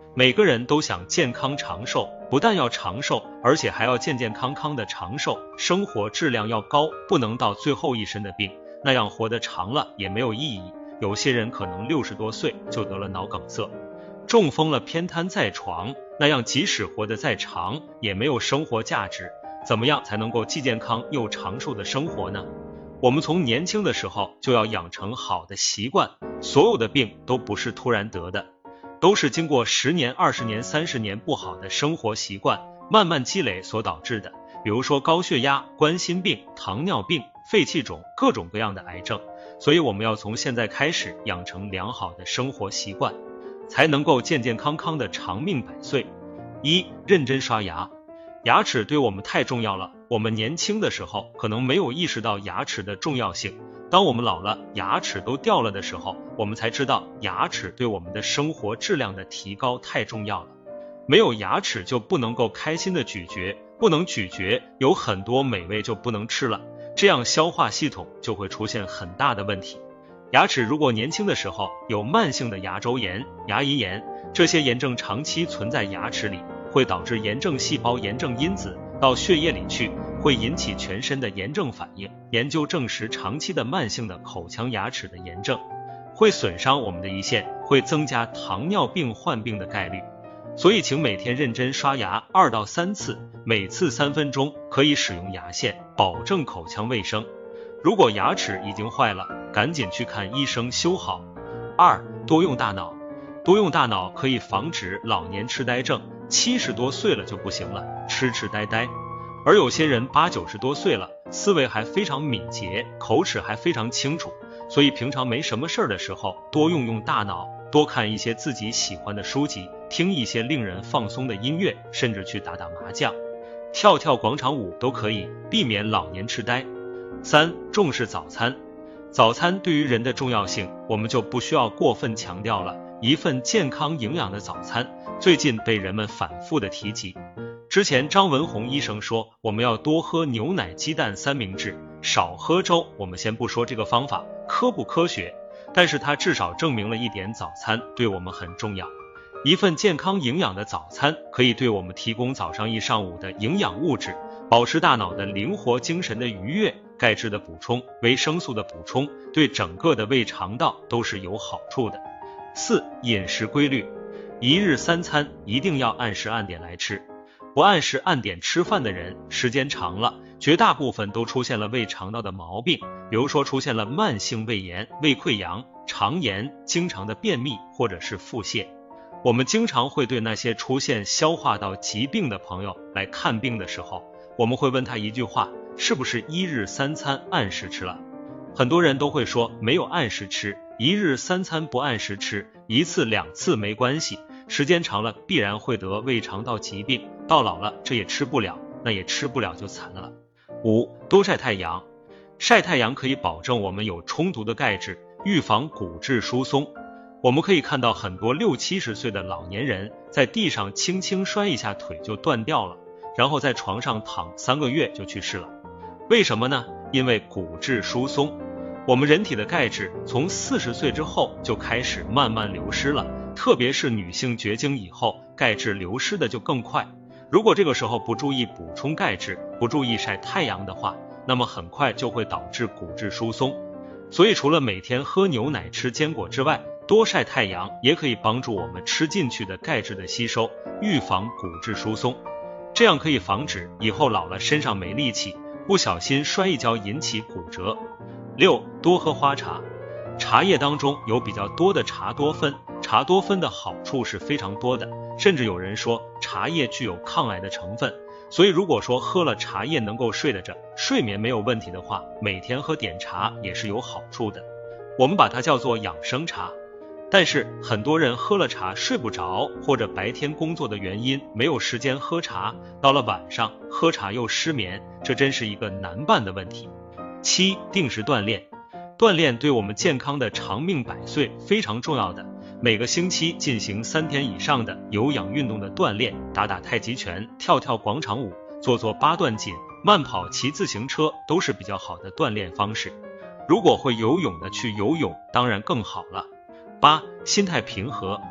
每个人都想健康长寿，不但要长寿，而且还要健健康康的长寿，生活质量要高，不能到最后一身的病，那样活得长了也没有意义。有些人可能60多岁就得了脑梗塞，中风了偏瘫在床，那样即使活得再长也没有生活价值。怎么样才能够既健康又长寿的生活呢？我们从年轻的时候就要养成好的习惯，所有的病都不是突然得的，都是经过10年、20年、30年不好的生活习惯慢慢积累所导致的。比如说高血压、冠心病、糖尿病、肺气肿，各种各样的癌症。所以我们要从现在开始养成良好的生活习惯，才能够健健康康的长命百岁。1. 认真刷牙。牙齿对我们太重要了，我们年轻的时候可能没有意识到牙齿的重要性，当我们老了，牙齿都掉了的时候，我们才知道牙齿对我们的生活质量的提高太重要了。没有牙齿就不能够开心的咀嚼，不能咀嚼，有很多美味就不能吃了，这样消化系统就会出现很大的问题。牙齿如果年轻的时候有慢性的牙周炎、牙龈炎，这些炎症长期存在牙齿里，会导致炎症细胞、炎症因子到血液里去，会引起全身的炎症反应。研究证实，长期的慢性的口腔牙齿的炎症会损伤我们的胰腺，会增加糖尿病患病的概率。所以请每天认真刷牙2到3次，每次3分钟，可以使用牙线，保证口腔卫生。如果牙齿已经坏了，赶紧去看医生修好。2. 多用大脑。多用大脑可以防止老年痴呆症，70多岁了就不行了，痴痴呆呆。而有些人80、90多岁了，思维还非常敏捷，口齿还非常清楚，所以平常没什么事的时候，多用大脑，多看一些自己喜欢的书籍，听一些令人放松的音乐，甚至去打打麻将，跳跳广场舞都可以，避免老年痴呆。3. 重视早餐。早餐对于人的重要性，我们就不需要过分强调了。一份健康营养的早餐，最近被人们反复的提及。之前张文宏医生说，我们要多喝牛奶、鸡蛋、三明治，少喝粥。我们先不说这个方法科不科学，但是它至少证明了一点，早餐对我们很重要。一份健康营养的早餐可以对我们提供早上一上午的营养物质，保持大脑的灵活、精神的愉悦，钙质的补充、维生素的补充，对整个的胃肠道都是有好处的。4. 饮食规律。一日3餐一定要按时按点来吃，不按时按点吃饭的人，时间长了，绝大部分都出现了胃肠道的毛病，比如说出现了慢性胃炎、胃溃疡、肠炎、经常的便秘或者是腹泻。我们经常会对那些出现消化道疾病的朋友来看病的时候，我们会问他一句话，是不是一日3餐按时吃了？很多人都会说没有按时吃，一日3餐不按时吃，1次2次没关系，时间长了必然会得胃肠道疾病，到老了这也吃不了，那也吃不了就惨了。5. 多晒太阳。晒太阳可以保证我们有充足的钙质，预防骨质疏松。我们可以看到很多60、70岁的老年人在地上轻轻摔一下腿就断掉了，然后在床上躺3个月就去世了。为什么呢？因为骨质疏松。我们人体的钙质从40岁之后就开始慢慢流失了，特别是女性绝经以后，钙质流失的就更快。如果这个时候不注意补充钙质，不注意晒太阳的话，那么很快就会导致骨质疏松。所以除了每天喝牛奶、吃坚果之外，多晒太阳也可以帮助我们吃进去的钙质的吸收，预防骨质疏松，这样可以防止以后老了身上没力气，不小心摔一跤引起骨折。6. 多喝花茶。茶叶当中有比较多的茶多酚，茶多酚的好处是非常多的，甚至有人说茶叶具有抗癌的成分，所以如果说喝了茶叶能够睡得着，睡眠没有问题的话，每天喝点茶也是有好处的，我们把它叫做养生茶。但是很多人喝了茶睡不着，或者白天工作的原因没有时间喝茶，到了晚上喝茶又失眠，这真是一个难办的问题。7. 定时锻炼。锻炼对我们健康的长命百岁非常重要的，每个星期进行3天以上的有氧运动的锻炼，打打太极拳，跳跳广场舞，做做8段锦，慢跑、骑自行车都是比较好的锻炼方式。如果会游泳的去游泳当然更好了。8. 心态平和。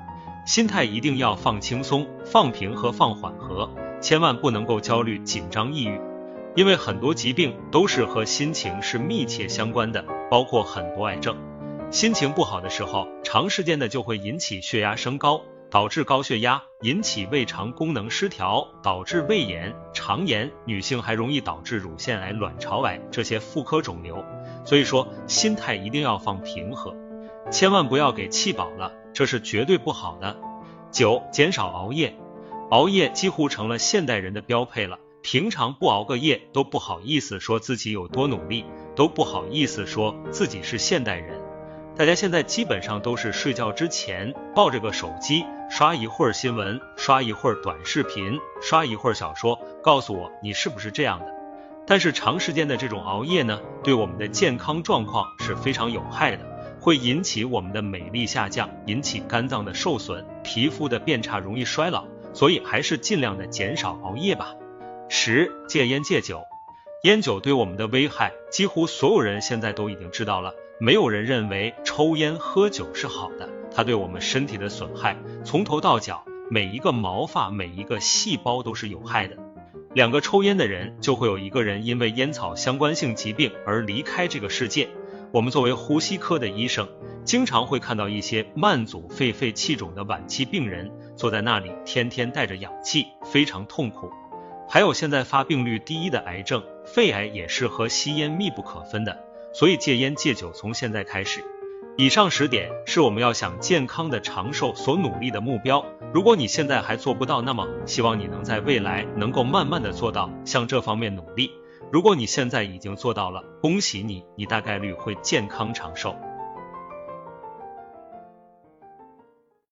心态一定要放轻松、放平和放缓和，千万不能够焦虑、紧张、抑郁，因为很多疾病都是和心情是密切相关的，包括很多癌症。心情不好的时候，长时间的就会引起血压升高，导致高血压，引起胃肠功能失调，导致胃炎、肠炎，女性还容易导致乳腺癌、卵巢癌这些妇科肿瘤。所以说心态一定要放平和，千万不要给气饱了，这是绝对不好的。9. 减少熬夜。熬夜几乎成了现代人的标配了，平常不熬个夜都不好意思说自己有多努力，都不好意思说自己是现代人。大家现在基本上都是睡觉之前抱着个手机，刷一会儿新闻，刷一会儿短视频，刷一会儿小说，告诉我你是不是这样的？但是长时间的这种熬夜呢，对我们的健康状况是非常有害的，会引起我们的美丽下降，引起肝脏的受损，皮肤的变差，容易衰老，所以还是尽量的减少熬夜吧。10. 戒烟戒酒。烟酒对我们的危害，几乎所有人现在都已经知道了，没有人认为抽烟喝酒是好的，它对我们身体的损害，从头到脚，每一个毛发，每一个细胞都是有害的。2个抽烟的人，就会有1个人因为烟草相关性疾病而离开这个世界。我们作为呼吸科的医生，经常会看到一些慢阻肺肺气肿的晚期病人，坐在那里天天带着氧气，非常痛苦。还有现在发病率第1的癌症，肺癌也是和吸烟密不可分的，所以戒烟戒酒从现在开始。以上10点是我们要想健康的长寿所努力的目标，如果你现在还做不到，那么希望你能在未来能够慢慢的做到，向这方面努力。如果你现在已经做到了，恭喜你，你大概率会健康长寿。